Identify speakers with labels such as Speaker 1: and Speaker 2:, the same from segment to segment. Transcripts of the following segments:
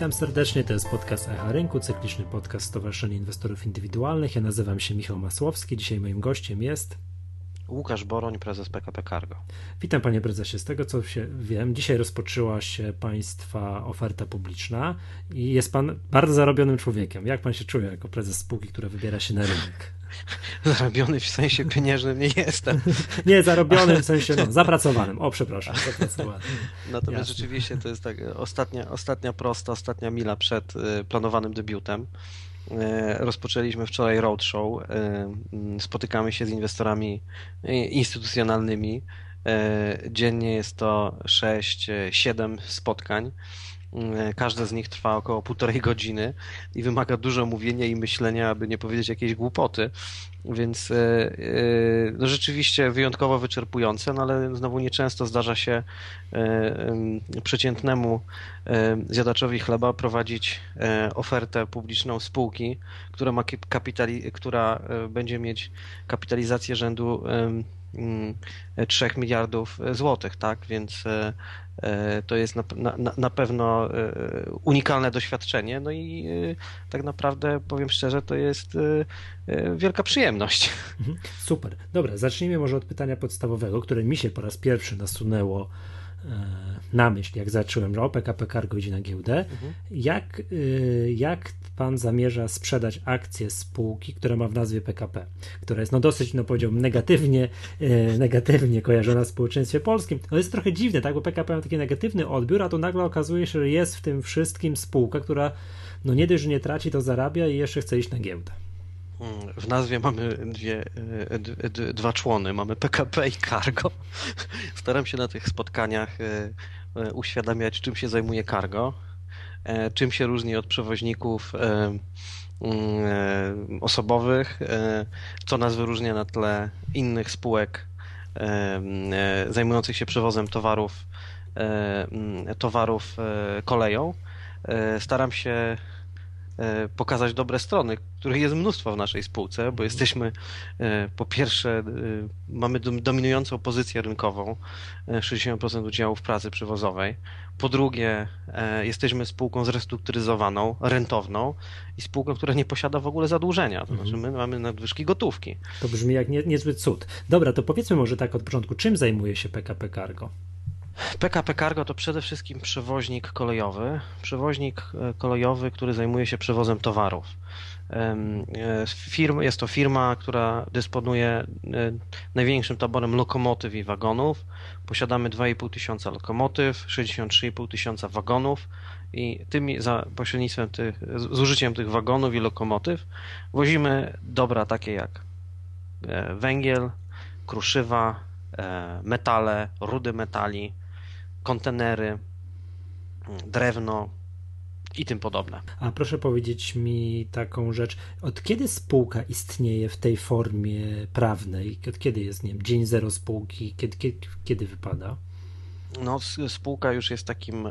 Speaker 1: Witam serdecznie, to jest podcast Echa Rynku, cykliczny podcast Stowarzyszenia Inwestorów Indywidualnych. Ja nazywam się Michał Masłowski, dzisiaj moim gościem jest
Speaker 2: Łukasz Boroń, prezes PKP Cargo.
Speaker 1: Witam panie prezesie, z tego co się wiem, dzisiaj rozpoczęła się państwa oferta publiczna i jest pan bardzo zarobionym człowiekiem. Jak pan się czuje jako prezes spółki, która wybiera się na rynek?
Speaker 2: Zarobiony w sensie pieniężnym nie jestem.
Speaker 1: Nie, zarobionym w sensie, zapracowanym. O, przepraszam, zapracowanym.
Speaker 2: Natomiast rzeczywiście to jest tak ostatnia mila przed planowanym debiutem. Rozpoczęliśmy wczoraj roadshow. Spotykamy się z inwestorami instytucjonalnymi. Dziennie jest to 6-7 spotkań. Każde z nich trwa około 1,5 godziny i wymaga dużo mówienia i myślenia, aby nie powiedzieć jakiejś głupoty. Więc no rzeczywiście wyjątkowo wyczerpujące, no ale znowu nieczęsto zdarza się przeciętnemu zjadaczowi chleba prowadzić ofertę publiczną spółki, która będzie mieć kapitalizację rzędu 3 miliardów złotych, tak? Więc to jest na pewno unikalne doświadczenie, no i tak naprawdę, powiem szczerze, to jest wielka przyjemność.
Speaker 1: Super. Dobra, zacznijmy może od pytania podstawowego, które mi się po raz pierwszy nasunęło na myśl, jak zacząłem, że o PKP Cargo idzie na giełdę. Jak pan zamierza sprzedać akcję spółki, która ma w nazwie PKP, która jest dosyć, powiedziałbym, negatywnie kojarzona w społeczeństwie polskim. To jest trochę dziwne, tak, bo PKP ma taki negatywny odbiór, a to nagle okazuje się, że jest w tym wszystkim spółka, która nie dość, że nie traci, to zarabia i jeszcze chce iść na giełdę.
Speaker 2: W nazwie mamy dwa człony, mamy PKP i Cargo. Staram się na tych spotkaniach uświadamiać, czym się zajmuje Cargo, czym się różni od przewoźników osobowych, co nas wyróżnia na tle innych spółek zajmujących się przewozem towarów koleją. Staram się pokazać dobre strony, których jest mnóstwo w naszej spółce, bo jesteśmy, po pierwsze, mamy dominującą pozycję rynkową, 60% udziału w pracy przewozowej. Po drugie, jesteśmy spółką zrestrukturyzowaną, rentowną i spółką, która nie posiada w ogóle zadłużenia. To znaczy my mamy nadwyżki gotówki.
Speaker 1: To brzmi jak niezły cud. Dobra, to powiedzmy może tak od początku, czym zajmuje się PKP Cargo?
Speaker 2: PKP Cargo to przede wszystkim przewoźnik kolejowy. Przewoźnik kolejowy, który zajmuje się przewozem towarów. Jest to firma, która dysponuje największym taborem lokomotyw i wagonów. Posiadamy 2,5 tysiąca lokomotyw, 63,5 tysiąca wagonów i za pośrednictwem z użyciem tych wagonów i lokomotyw wozimy dobra takie jak węgiel, kruszywa, metale, rudy metali, kontenery, drewno i tym podobne.
Speaker 1: A proszę powiedzieć mi taką rzecz, od kiedy spółka istnieje w tej formie prawnej? Od kiedy jest, dzień zero spółki? Kiedy wypada?
Speaker 2: No, spółka już jest takim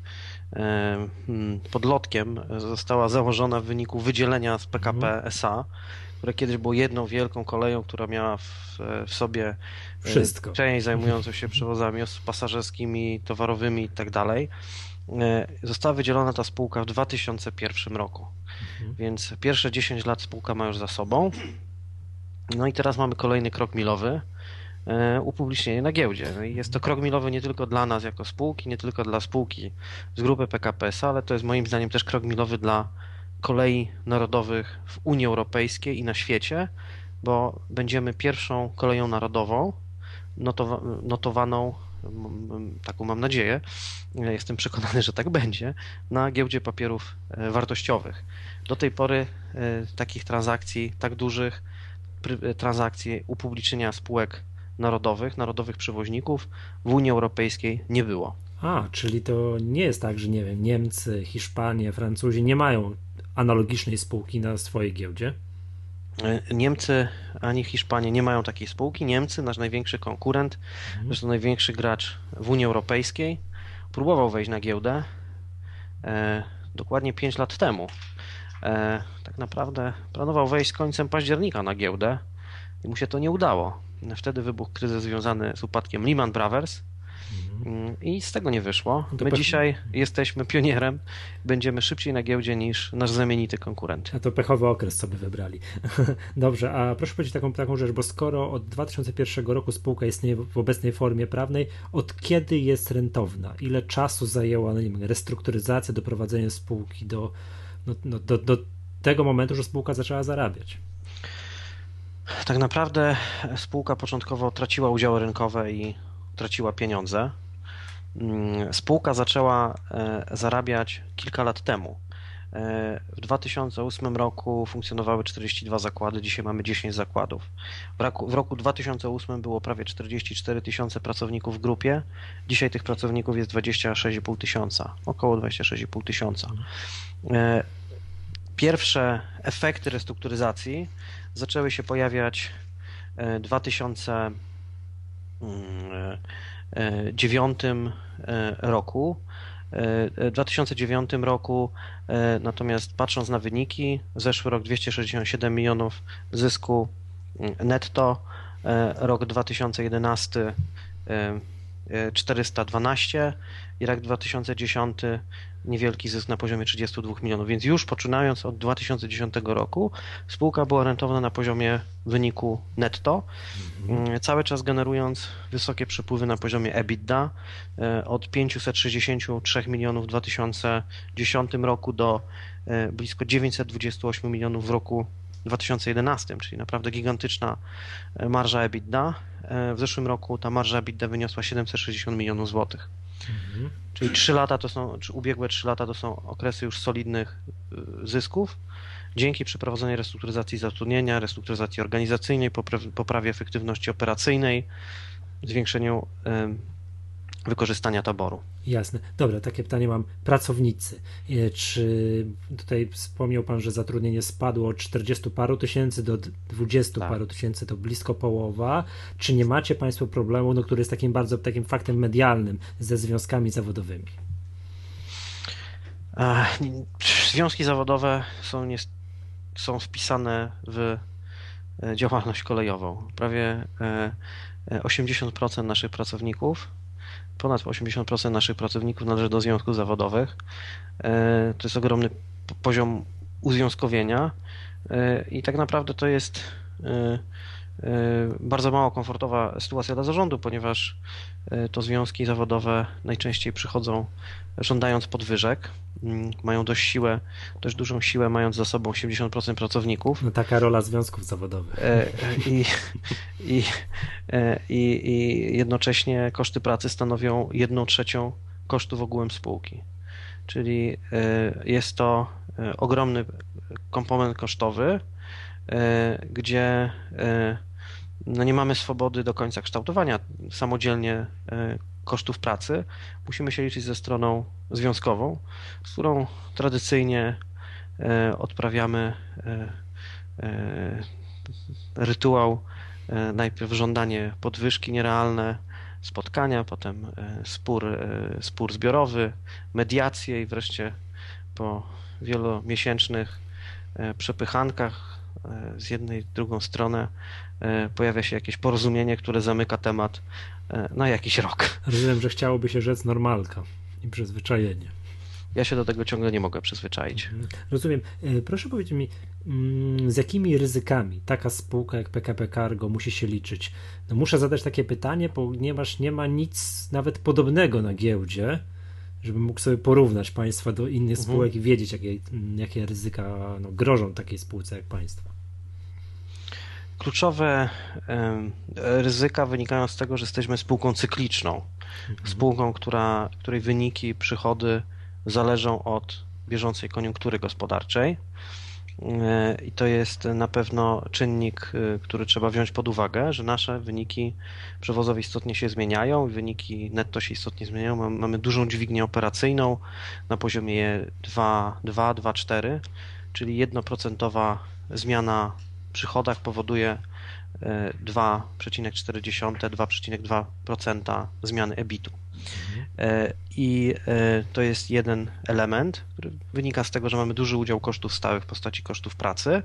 Speaker 2: podlotkiem. Została założona w wyniku wydzielenia z PKP SA, które kiedyś było jedną wielką koleją, która miała w sobie
Speaker 1: wszystko.
Speaker 2: Część zajmującą się przewozami pasażerskimi, towarowymi i tak dalej. Została wydzielona ta spółka w 2001 roku, więc pierwsze 10 lat spółka ma już za sobą. No i teraz mamy kolejny krok milowy, upublicznienie na giełdzie. No i jest to krok milowy nie tylko dla nas jako spółki, nie tylko dla spółki z grupy PKP SA, ale to jest moim zdaniem też krok milowy dla kolei narodowych w Unii Europejskiej i na świecie, bo będziemy pierwszą koleją narodową notowaną, taką mam nadzieję, jestem przekonany, że tak będzie, na giełdzie papierów wartościowych. Do tej pory takich transakcji, tak dużych transakcji upublicznienia spółek narodowych przewoźników w Unii Europejskiej nie było.
Speaker 1: Czyli to nie jest tak, że Niemcy, Hiszpania, Francuzi nie mają analogicznej spółki na swojej giełdzie?
Speaker 2: Niemcy ani Hiszpanie nie mają takiej spółki. Niemcy, nasz największy konkurent, zresztą największy gracz w Unii Europejskiej, próbował wejść na giełdę dokładnie 5 lat temu. Tak naprawdę planował wejść z końcem października na giełdę i mu się to nie udało. Wtedy wybuchł kryzys związany z upadkiem Lehman Brothers I z tego nie wyszło. My dzisiaj jesteśmy pionierem, będziemy szybciej na giełdzie niż nasz znamienity konkurent.
Speaker 1: A to pechowy okres sobie wybrali. Dobrze, a proszę powiedzieć taką rzecz, bo skoro od 2001 roku spółka istnieje w obecnej formie prawnej, od kiedy jest rentowna? Ile czasu zajęła, no nie wiem, restrukturyzacja, doprowadzenie spółki do tego momentu, że spółka zaczęła zarabiać?
Speaker 2: Tak naprawdę spółka początkowo traciła udziały rynkowe i traciła pieniądze. Spółka zaczęła zarabiać kilka lat temu. W 2008 roku funkcjonowały 42 zakłady, dzisiaj mamy 10 zakładów. W roku 2008 było prawie 44 tysiące pracowników w grupie, dzisiaj tych pracowników jest 26,5 tysiąca, około 26,5 tysiąca. Pierwsze efekty restrukturyzacji zaczęły się pojawiać w 2009 roku. W 2009 roku natomiast patrząc na wyniki, zeszły rok 267 milionów zysku netto, rok 2011 412 i rok 2010 niewielki zysk na poziomie 32 milionów, więc już poczynając od 2010 roku spółka była rentowna na poziomie wyniku netto, cały czas generując wysokie przepływy na poziomie EBITDA od 563 milionów w 2010 roku do blisko 928 milionów w roku 2011, czyli naprawdę gigantyczna marża EBITDA. W zeszłym roku ta marża EBITDA wyniosła 760 milionów złotych. Czyli 3 lata to są, czy ubiegłe 3 lata to są okresy już solidnych zysków. Dzięki przeprowadzonej restrukturyzacji zatrudnienia, restrukturyzacji organizacyjnej, poprawie efektywności operacyjnej, zwiększeniu wykorzystania taboru.
Speaker 1: Jasne. Dobra, takie pytanie mam. Pracownicy. Czy tutaj wspomniał Pan, że zatrudnienie spadło od 40 paru tysięcy do 20 paru tysięcy, to blisko połowa. Czy nie macie Państwo problemu, który jest takim faktem medialnym ze związkami zawodowymi?
Speaker 2: Związki zawodowe są wpisane w działalność kolejową. Prawie 80% naszych pracowników, ponad 80% naszych pracowników należy do związków zawodowych. To jest ogromny poziom uzwiązkowienia i tak naprawdę to jest bardzo mało komfortowa sytuacja dla zarządu, ponieważ to związki zawodowe najczęściej przychodzą żądając podwyżek, mają dość dużą siłę, mając za sobą 80% pracowników.
Speaker 1: No taka rola związków zawodowych.
Speaker 2: I jednocześnie koszty pracy stanowią 1/3 kosztów ogółem spółki. Czyli jest to ogromny komponent kosztowy, gdzie no nie mamy swobody do końca kształtowania samodzielnie kosztów pracy. Musimy się liczyć ze stroną związkową, z którą tradycyjnie odprawiamy rytuał, najpierw żądanie podwyżki nierealne, spotkania, potem spór zbiorowy, mediacje i wreszcie po wielomiesięcznych przepychankach z jednej, drugą stronę pojawia się jakieś porozumienie, które zamyka temat na jakiś rok.
Speaker 1: Rozumiem, że chciałoby się rzec normalka i przyzwyczajenie.
Speaker 2: Ja się do tego ciągle nie mogę przyzwyczaić.
Speaker 1: Rozumiem. Proszę powiedzieć mi, z jakimi ryzykami taka spółka jak PKP Cargo musi się liczyć? No muszę zadać takie pytanie, ponieważ nie ma nic nawet podobnego na giełdzie, żebym mógł sobie porównać państwa do innych spółek i wiedzieć, jakie ryzyka grożą takiej spółce jak państwa.
Speaker 2: Kluczowe ryzyka wynikają z tego, że jesteśmy spółką cykliczną. Spółką, której wyniki, przychody zależą od bieżącej koniunktury gospodarczej. I to jest na pewno czynnik, który trzeba wziąć pod uwagę, że nasze wyniki przewozowe istotnie się zmieniają, wyniki netto się istotnie zmieniają. Mamy dużą dźwignię operacyjną na poziomie 2,4, czyli 1% zmiana w przychodach powoduje 2,4-2,2% zmiany EBIT-u. I to jest jeden element, który wynika z tego, że mamy duży udział kosztów stałych w postaci kosztów pracy,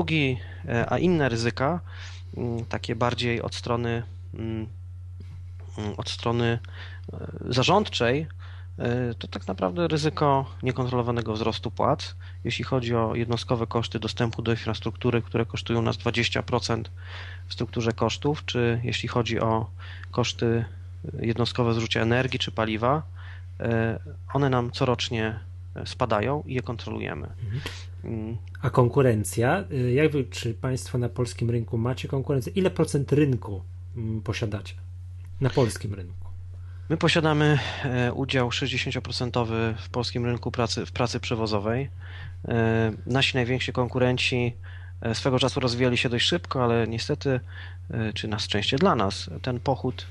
Speaker 2: a inne ryzyka, takie bardziej od strony od strony zarządczej to tak naprawdę ryzyko niekontrolowanego wzrostu płac. Jeśli chodzi o jednostkowe koszty dostępu do infrastruktury, które kosztują nas 20% w strukturze kosztów, czy jeśli chodzi o koszty jednostkowe zużycia energii czy paliwa, one nam corocznie spadają i je kontrolujemy.
Speaker 1: A konkurencja? Czy Państwo na polskim rynku macie konkurencję? Ile procent rynku posiadacie na polskim rynku?
Speaker 2: My posiadamy udział 60% w polskim rynku w pracy przewozowej. Nasi najwięksi konkurenci swego czasu rozwijali się dość szybko, ale niestety, czy na szczęście dla nas, ten pochód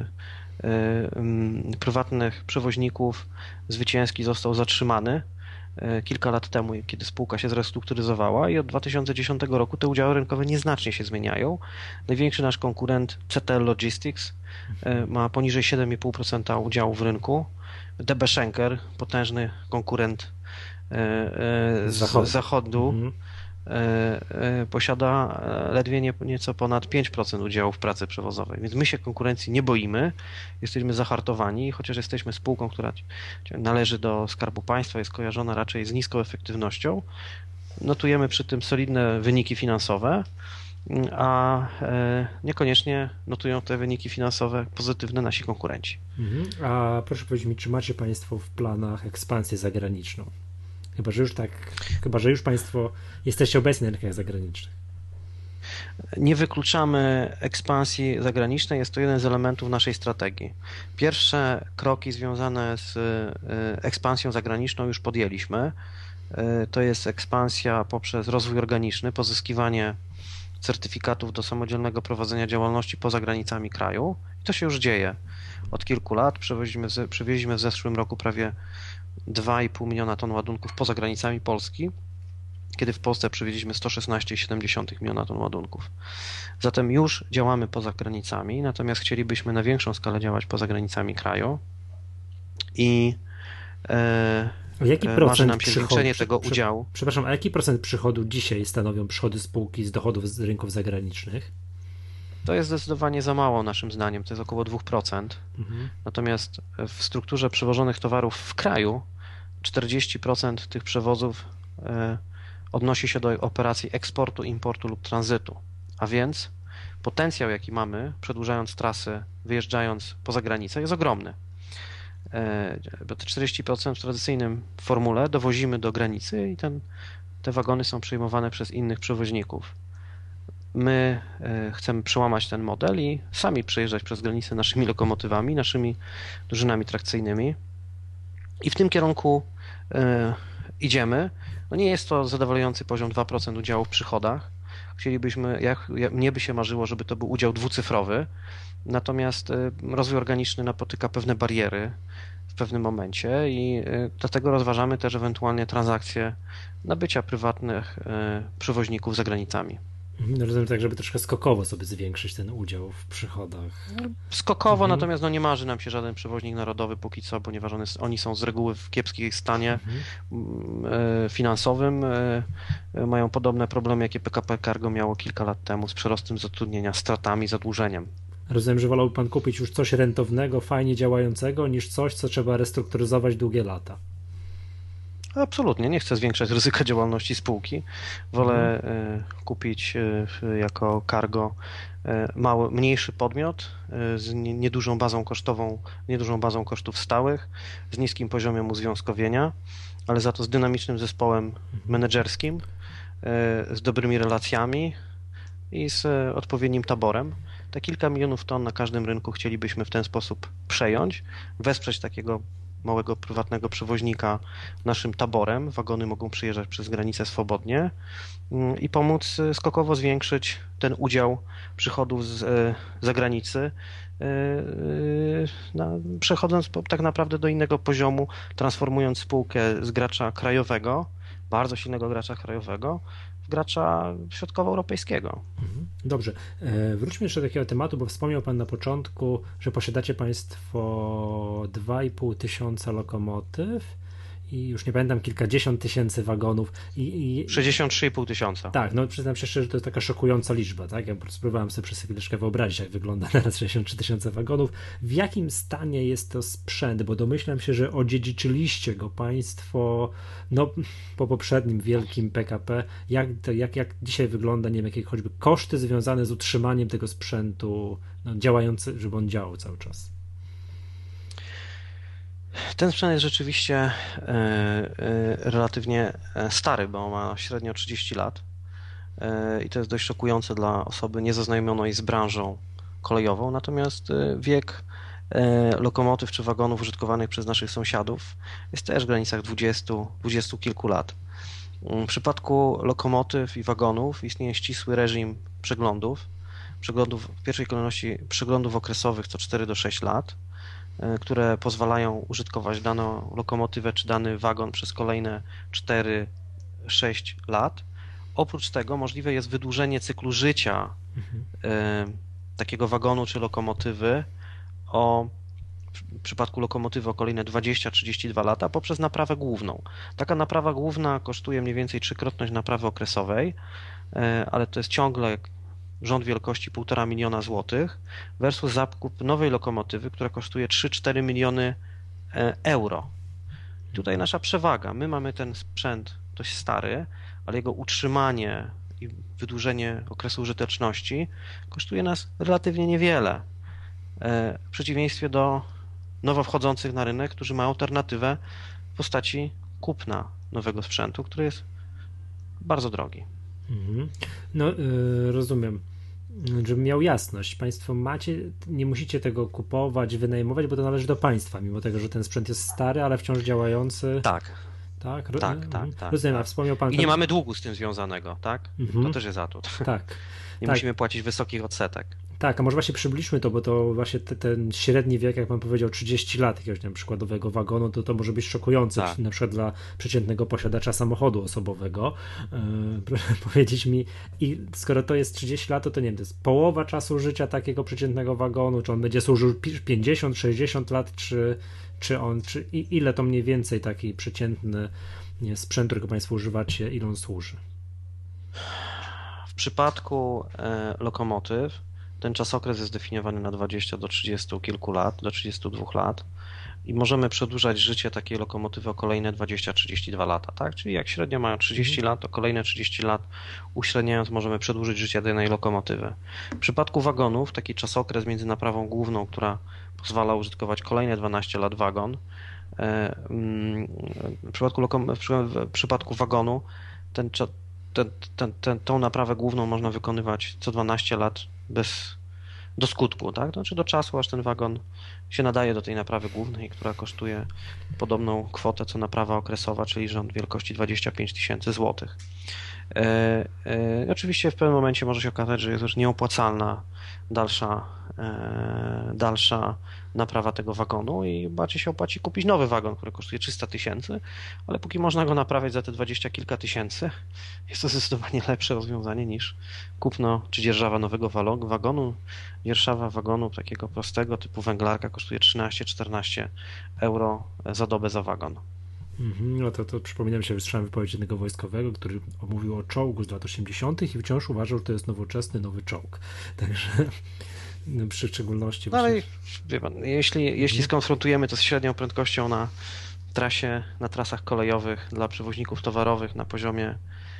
Speaker 2: prywatnych przewoźników zwycięski został zatrzymany kilka lat temu, kiedy spółka się zrestrukturyzowała i od 2010 roku te udziały rynkowe nieznacznie się zmieniają. Największy nasz konkurent CTL Logistics ma poniżej 7,5% udziału w rynku. DB Schenker, potężny konkurent z zachodu, posiada ledwie nieco ponad 5% udziału w pracy przewozowej, więc my się konkurencji nie boimy, jesteśmy zahartowani, chociaż jesteśmy spółką, która należy do Skarbu Państwa, jest kojarzona raczej z niską efektywnością, notujemy przy tym solidne wyniki finansowe, a niekoniecznie notują te wyniki finansowe pozytywne nasi konkurenci.
Speaker 1: A proszę powiedzieć mi, czy macie Państwo w planach ekspansję zagraniczną? Chyba, że już Państwo jesteście obecni na rynkach zagranicznych.
Speaker 2: Nie wykluczamy ekspansji zagranicznej, jest to jeden z elementów naszej strategii. Pierwsze kroki związane z ekspansją zagraniczną już podjęliśmy. To jest ekspansja poprzez rozwój organiczny, pozyskiwanie certyfikatów do samodzielnego prowadzenia działalności poza granicami kraju. I to się już dzieje od kilku lat. Przewieźliśmy w zeszłym roku prawie 2,5 miliona ton ładunków poza granicami Polski, kiedy w Polsce przewieźliśmy 116,7 miliona ton ładunków. Zatem już działamy poza granicami, natomiast chcielibyśmy na większą skalę działać poza granicami kraju i marzy nam się zwiększenie tego udziału.
Speaker 1: Przepraszam, a jaki procent przychodu dzisiaj stanowią przychody spółki z dochodów z rynków zagranicznych?
Speaker 2: To jest zdecydowanie za mało naszym zdaniem, to jest około 2%. Natomiast w strukturze przewożonych towarów w kraju 40% tych przewozów odnosi się do operacji eksportu, importu lub tranzytu. A więc potencjał, jaki mamy, przedłużając trasy, wyjeżdżając poza granicę, jest ogromny. Bo te 40% w tradycyjnym formule dowozimy do granicy i te wagony są przejmowane przez innych przewoźników. My chcemy przełamać ten model i sami przejeżdżać przez granicę naszymi lokomotywami, naszymi drużynami trakcyjnymi i w tym kierunku idziemy. No nie jest to zadowalający poziom 2% udziału w przychodach. Chcielibyśmy, mnie by się marzyło, żeby to był udział dwucyfrowy, natomiast rozwój organiczny napotyka pewne bariery w pewnym momencie i dlatego rozważamy też ewentualnie transakcje nabycia prywatnych przewoźników za granicami.
Speaker 1: Rozumiem tak, żeby troszkę skokowo sobie zwiększyć ten udział w przychodach.
Speaker 2: Skokowo, natomiast nie marzy nam się żaden przewoźnik narodowy póki co, ponieważ oni są z reguły w kiepskim stanie finansowym. Mają podobne problemy, jakie PKP Cargo miało kilka lat temu z przyrostem zatrudnienia, stratami, zadłużeniem.
Speaker 1: Rozumiem, że wolałby Pan kupić już coś rentownego, fajnie działającego, niż coś, co trzeba restrukturyzować długie lata.
Speaker 2: Absolutnie, nie chcę zwiększać ryzyka działalności spółki. Wolę kupić jako cargo mniejszy podmiot z niedużą bazą kosztową, niedużą bazą kosztów stałych, z niskim poziomem uzwiązkowienia, ale za to z dynamicznym zespołem menedżerskim, z dobrymi relacjami i z odpowiednim taborem. Te kilka milionów ton na każdym rynku chcielibyśmy w ten sposób przejąć, wesprzeć takiego małego prywatnego przewoźnika naszym taborem. Wagony mogą przyjeżdżać przez granicę swobodnie i pomóc skokowo zwiększyć ten udział przychodów z zagranicy, przechodząc tak naprawdę do innego poziomu, transformując spółkę z gracza krajowego, bardzo silnego gracza krajowego, w gracza środkowoeuropejskiego.
Speaker 1: Dobrze. Wróćmy jeszcze do takiego tematu, bo wspomniał Pan na początku, że posiadacie Państwo 2,5 tysiąca lokomotyw i już nie pamiętam, kilkadziesiąt tysięcy wagonów.
Speaker 2: 63,5 tysiąca.
Speaker 1: Tak, no przyznam się szczerze, że to jest taka szokująca liczba, tak? Ja spróbowałem sobie przez chwileczkę wyobrazić, jak wygląda teraz 63 tysiące wagonów. W jakim stanie jest to sprzęt? Bo domyślam się, że odziedziczyliście go państwo po poprzednim wielkim PKP. Jak dzisiaj wygląda, nie wiem, jakie choćby koszty związane z utrzymaniem tego sprzętu działający, żeby on działał cały czas?
Speaker 2: Ten sprzęt jest rzeczywiście relatywnie stary, bo ma średnio 30 lat i to jest dość szokujące dla osoby niezaznajomionej z branżą kolejową, natomiast wiek lokomotyw czy wagonów użytkowanych przez naszych sąsiadów jest też w granicach 20 kilku lat. W przypadku lokomotyw i wagonów istnieje ścisły reżim przeglądów w pierwszej kolejności przeglądów okresowych co 4 do 6 lat, które pozwalają użytkować daną lokomotywę czy dany wagon przez kolejne 4-6 lat. Oprócz tego możliwe jest wydłużenie cyklu życia takiego wagonu czy lokomotywy w przypadku lokomotywy o kolejne 20-32 lata poprzez naprawę główną. Taka naprawa główna kosztuje mniej więcej trzykrotność naprawy okresowej, ale to jest ciągle rząd wielkości 1,5 miliona złotych versus zakup nowej lokomotywy, która kosztuje 3-4 miliony euro. Tutaj nasza przewaga. My mamy ten sprzęt dość stary, ale jego utrzymanie i wydłużenie okresu użyteczności kosztuje nas relatywnie niewiele. W przeciwieństwie do nowo wchodzących na rynek, którzy mają alternatywę w postaci kupna nowego sprzętu, który jest bardzo drogi.
Speaker 1: Rozumiem. Żebym miał jasność, państwo nie musicie tego kupować, wynajmować, bo to należy do państwa, mimo tego, że ten sprzęt jest stary, ale wciąż działający.
Speaker 2: Tak.
Speaker 1: Tak.
Speaker 2: Rozumiem,
Speaker 1: a wspomniał pan.
Speaker 2: I nie mamy długu z tym związanego, tak? To też jest atut.
Speaker 1: Tak.
Speaker 2: Nie musimy płacić wysokich odsetek.
Speaker 1: Tak, a może właśnie przybliżmy to, bo to właśnie ten średni wiek, jak pan powiedział, 30 lat jakiegoś tam przykładowego wagonu, to może być szokujące, na przykład dla przeciętnego posiadacza samochodu osobowego. Proszę powiedzieć mi, i skoro to jest 30 lat, to nie wiem, to jest połowa czasu życia takiego przeciętnego wagonu, czy on będzie służył 50, 60 lat, czy ile to mniej więcej taki przeciętny sprzęt, którego państwo używacie, ile on służy?
Speaker 2: W przypadku lokomotyw ten czasokres jest zdefiniowany na 20 do 30 kilku lat, do 32 lat i możemy przedłużać życie takiej lokomotywy o kolejne 20-32 lata, tak? Czyli jak średnio mają 30 lat, to kolejne 30 lat uśredniając możemy przedłużyć życie danej lokomotywy. W przypadku wagonów taki czasokres między naprawą główną, która pozwala użytkować kolejne 12 lat wagon, w przypadku wagonu tą naprawę główną można wykonywać co 12 lat do skutku, tak? Znaczy do czasu, aż ten wagon się nadaje do tej naprawy głównej, która kosztuje podobną kwotę co naprawa okresowa, czyli rząd wielkości 25 tysięcy złotych. Oczywiście w pewnym momencie może się okazać, że jest już nieopłacalna dalsza naprawa tego wagonu i bardziej się opłaci kupić nowy wagon, który kosztuje 300 tysięcy, ale póki można go naprawiać za te 20 kilka tysięcy, jest to zdecydowanie lepsze rozwiązanie niż kupno czy dzierżawa nowego wagonu. Dzierżawa wagonu takiego prostego typu węglarka kosztuje 13-14 euro za dobę za wagon.
Speaker 1: No to przypominam się, słyszałem wypowiedź jednego wojskowego, który mówił o czołgu z lat 80. i wciąż uważał, że to jest nowoczesny nowy czołg. Także przy szczególności...
Speaker 2: No ale wie pan, jeśli skonfrontujemy to z średnią prędkością na trasach kolejowych dla przewoźników towarowych na poziomie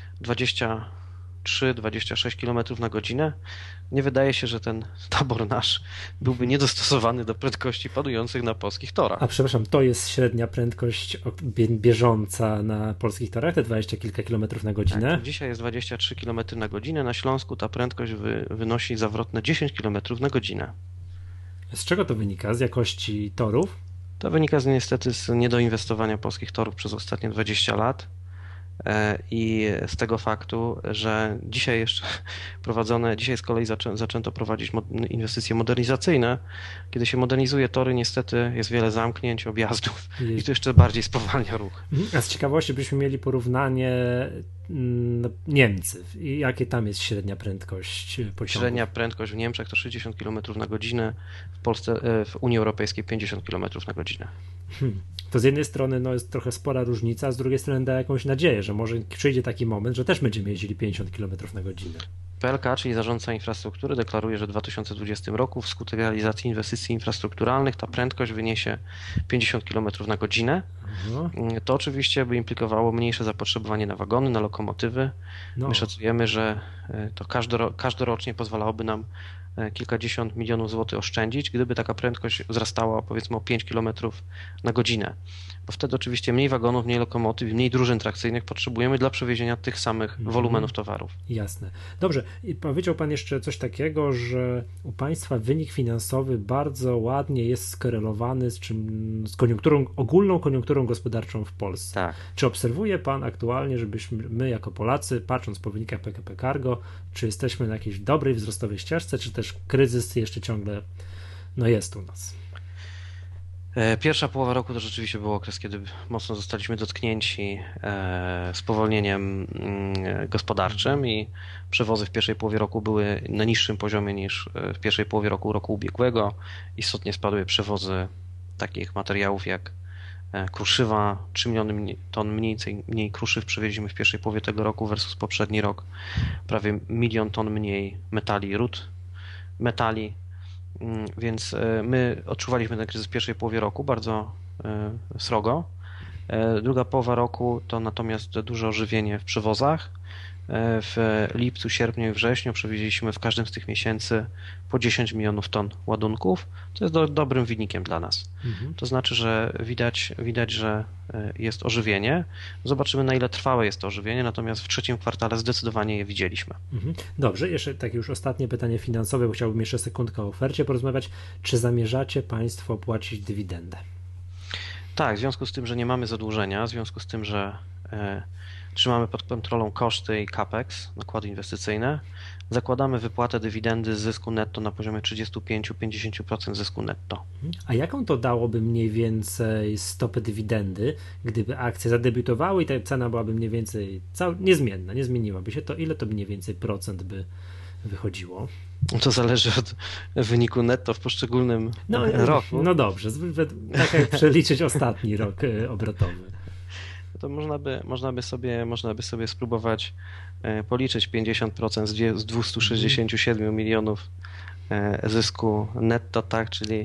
Speaker 2: 23-26 km na godzinę, nie wydaje się, że ten tabor nasz byłby niedostosowany do prędkości panujących na polskich torach.
Speaker 1: A przepraszam, to jest średnia prędkość bieżąca na polskich torach, te 20 kilka kilometrów na godzinę?
Speaker 2: Tak, dzisiaj jest 23 km na godzinę, na Śląsku ta prędkość wynosi zawrotne 10 km na godzinę.
Speaker 1: Z czego to wynika? Z jakości torów?
Speaker 2: To wynika niestety z niedoinwestowania polskich torów przez ostatnie 20 lat. I z tego faktu, że dzisiaj z kolei zaczęto prowadzić inwestycje modernizacyjne. Kiedy się modernizuje tory, niestety jest wiele zamknięć, objazdów i to jeszcze bardziej spowalnia ruch.
Speaker 1: A z ciekawości byśmy mieli porównanie Niemcy. I jakie tam jest średnia prędkość pociągów?
Speaker 2: Średnia prędkość w Niemczech to 60 km na godzinę, w Polsce, w Unii Europejskiej 50 km na godzinę.
Speaker 1: To z jednej strony no, jest trochę spora różnica, a z drugiej strony da jakąś nadzieję, że może przyjdzie taki moment, że też będziemy jeździli 50 km na godzinę.
Speaker 2: PLK, czyli Zarządca Infrastruktury, deklaruje, że w 2020 roku wskutek realizacji inwestycji infrastrukturalnych ta prędkość wyniesie 50 km na godzinę. To oczywiście by implikowało mniejsze zapotrzebowanie na wagony, na lokomotywy. My szacujemy, że to każdorocznie pozwalałoby nam kilkadziesiąt milionów złotych oszczędzić, gdyby taka prędkość wzrastała powiedzmy o 5 km na godzinę. Bo wtedy oczywiście mniej wagonów, mniej lokomotyw, mniej drużyn trakcyjnych potrzebujemy dla przewiezienia tych samych wolumenów towarów.
Speaker 1: Jasne. Dobrze. I powiedział Pan jeszcze coś takiego, że u Państwa wynik finansowy bardzo ładnie jest skorelowany z koniunkturą, ogólną koniunkturą gospodarczą w Polsce.
Speaker 2: Tak.
Speaker 1: Czy obserwuje Pan aktualnie, żebyśmy my jako Polacy, patrząc po wynikach PKP Cargo, czy jesteśmy na jakiejś dobrej wzrostowej ścieżce, czy też kryzys jeszcze ciągle jest u nas?
Speaker 2: Pierwsza połowa roku to rzeczywiście był okres, kiedy mocno zostaliśmy dotknięci spowolnieniem gospodarczym i przewozy w pierwszej połowie roku były na niższym poziomie niż w pierwszej połowie roku ubiegłego. Istotnie spadły przewozy takich materiałów jak kruszywa, 3 miliony ton mniej kruszyw przewieźliśmy w pierwszej połowie tego roku versus poprzedni rok. Prawie 1 milion ton mniej metali, ród metali. Więc my odczuwaliśmy ten kryzys w pierwszej połowie roku bardzo srogo. Druga połowa roku to natomiast duże ożywienie w przewozach. W lipcu, sierpniu i wrześniu przewieźliśmy w każdym z tych miesięcy po 10 milionów ton ładunków. To jest dobrym wynikiem dla nas. To znaczy, że widać, że jest ożywienie. Zobaczymy, na ile trwałe jest to ożywienie, natomiast w trzecim kwartale zdecydowanie je widzieliśmy.
Speaker 1: Dobrze, jeszcze takie już ostatnie pytanie finansowe, bo chciałbym jeszcze sekundkę o ofercie porozmawiać. Czy zamierzacie Państwo płacić dywidendę?
Speaker 2: Tak, w związku z tym, że nie mamy zadłużenia, w związku z tym, że trzymamy pod kontrolą koszty i capex, nakłady inwestycyjne, zakładamy wypłatę dywidendy z zysku netto na poziomie 35-50% zysku netto.
Speaker 1: A jaką to dałoby mniej więcej stopę dywidendy, gdyby akcje zadebiutowały i ta cena byłaby mniej więcej niezmienna, nie zmieniłaby się, to ile to mniej więcej procent by wychodziło?
Speaker 2: To zależy od wyniku netto w poszczególnym roku.
Speaker 1: No dobrze, tak jak przeliczyć ostatni rok obrotowy.
Speaker 2: To można by sobie spróbować policzyć 50% z 267 milionów zysku netto, tak, czyli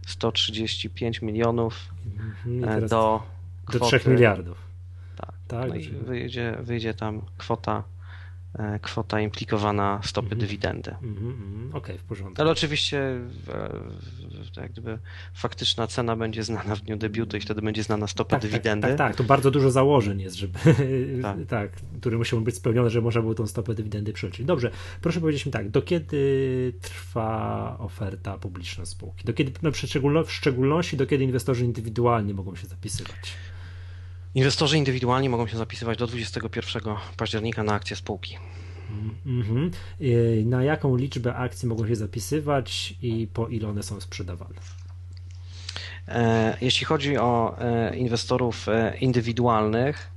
Speaker 2: 135 milionów do kwoty,
Speaker 1: 3 miliardów.
Speaker 2: Tak, no i wyjdzie tam kwota implikowana stopy dywidendy.
Speaker 1: Okej, w porządku.
Speaker 2: Ale oczywiście jak gdyby faktyczna cena będzie znana w dniu debiutu i wtedy będzie znana stopa dywidendy.
Speaker 1: Tak, to bardzo dużo założeń jest, żeby które muszą być spełnione, żeby można było tą stopę dywidendy przeliczyć. Dobrze, proszę powiedzieć mi tak, do kiedy trwa oferta publiczna spółki? Do kiedy, w szczególności do kiedy inwestorzy indywidualni mogą się zapisywać?
Speaker 2: Inwestorzy indywidualni mogą się zapisywać do 21 października na akcje spółki.
Speaker 1: Na jaką liczbę akcji mogą się zapisywać i po ile one są sprzedawane?
Speaker 2: Jeśli chodzi o inwestorów indywidualnych,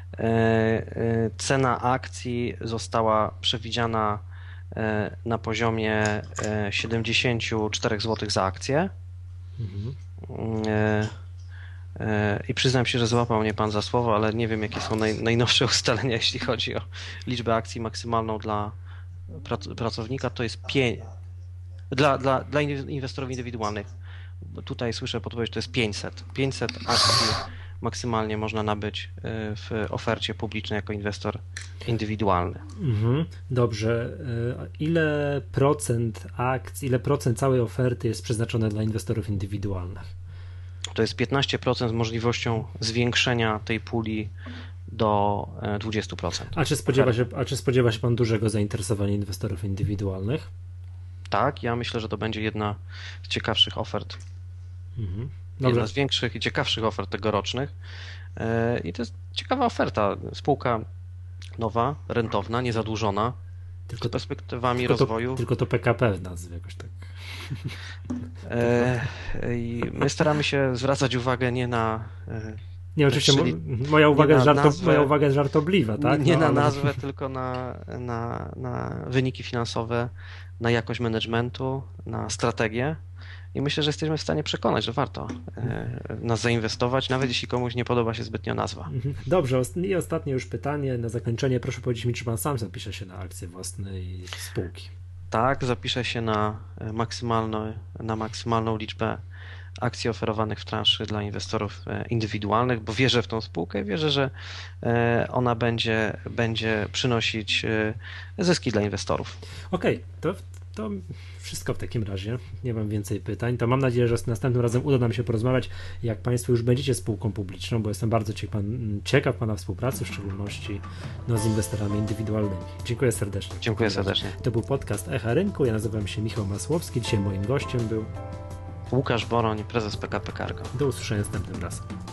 Speaker 2: cena akcji została przewidziana na poziomie 74 zł za akcję. I przyznam się, że złapał mnie Pan za słowo, ale nie wiem, jakie są najnowsze ustalenia, jeśli chodzi o liczbę akcji maksymalną dla pracownika. To jest 5. Dla inwestorów indywidualnych. Tutaj słyszę podpowiedź, to jest 500. 500 akcji maksymalnie można nabyć w ofercie publicznej jako inwestor indywidualny.
Speaker 1: Dobrze. Ile procent całej oferty jest przeznaczone dla inwestorów indywidualnych?
Speaker 2: To jest 15% z możliwością zwiększenia tej puli do 20%.
Speaker 1: A czy spodziewa się Pan dużego zainteresowania inwestorów indywidualnych?
Speaker 2: Tak, ja myślę, że to będzie jedna z ciekawszych ofert. Jedna z większych i ciekawszych ofert tegorocznych. I to jest ciekawa oferta. Spółka nowa, rentowna, niezadłużona, z perspektywami rozwoju.
Speaker 1: Tylko to PKP w nazwie jakoś tak.
Speaker 2: I my staramy się zwracać uwagę nie na
Speaker 1: Nie, oczywiście moja uwaga jest żartobliwa, tak?
Speaker 2: Nie na nazwę, tylko na wyniki finansowe, na jakość managementu, na strategię. I myślę, że jesteśmy w stanie przekonać, że warto nas zainwestować, nawet jeśli komuś nie podoba się zbytnio nazwa.
Speaker 1: Dobrze, i ostatnie już pytanie na zakończenie. Proszę powiedzieć mi, czy pan sam zapisze się na akcję własnej spółki?
Speaker 2: Tak, zapiszę się na maksymalną liczbę akcji oferowanych w transzy dla inwestorów indywidualnych, bo wierzę w tą spółkę i wierzę, że ona będzie przynosić zyski dla inwestorów.
Speaker 1: Okej, to wszystko w takim razie. Nie mam więcej pytań. To mam nadzieję, że następnym razem uda nam się porozmawiać, jak Państwo już będziecie spółką publiczną, bo jestem bardzo ciekaw Pana współpracy, w szczególności z inwestorami indywidualnymi. Dziękuję serdecznie.
Speaker 2: Dziękuję serdecznie.
Speaker 1: To był podcast Echa Rynku. Ja nazywam się Michał Masłowski. Dzisiaj moim gościem był
Speaker 2: Łukasz Boroń, prezes PKP Cargo.
Speaker 1: Do usłyszenia następnym razem.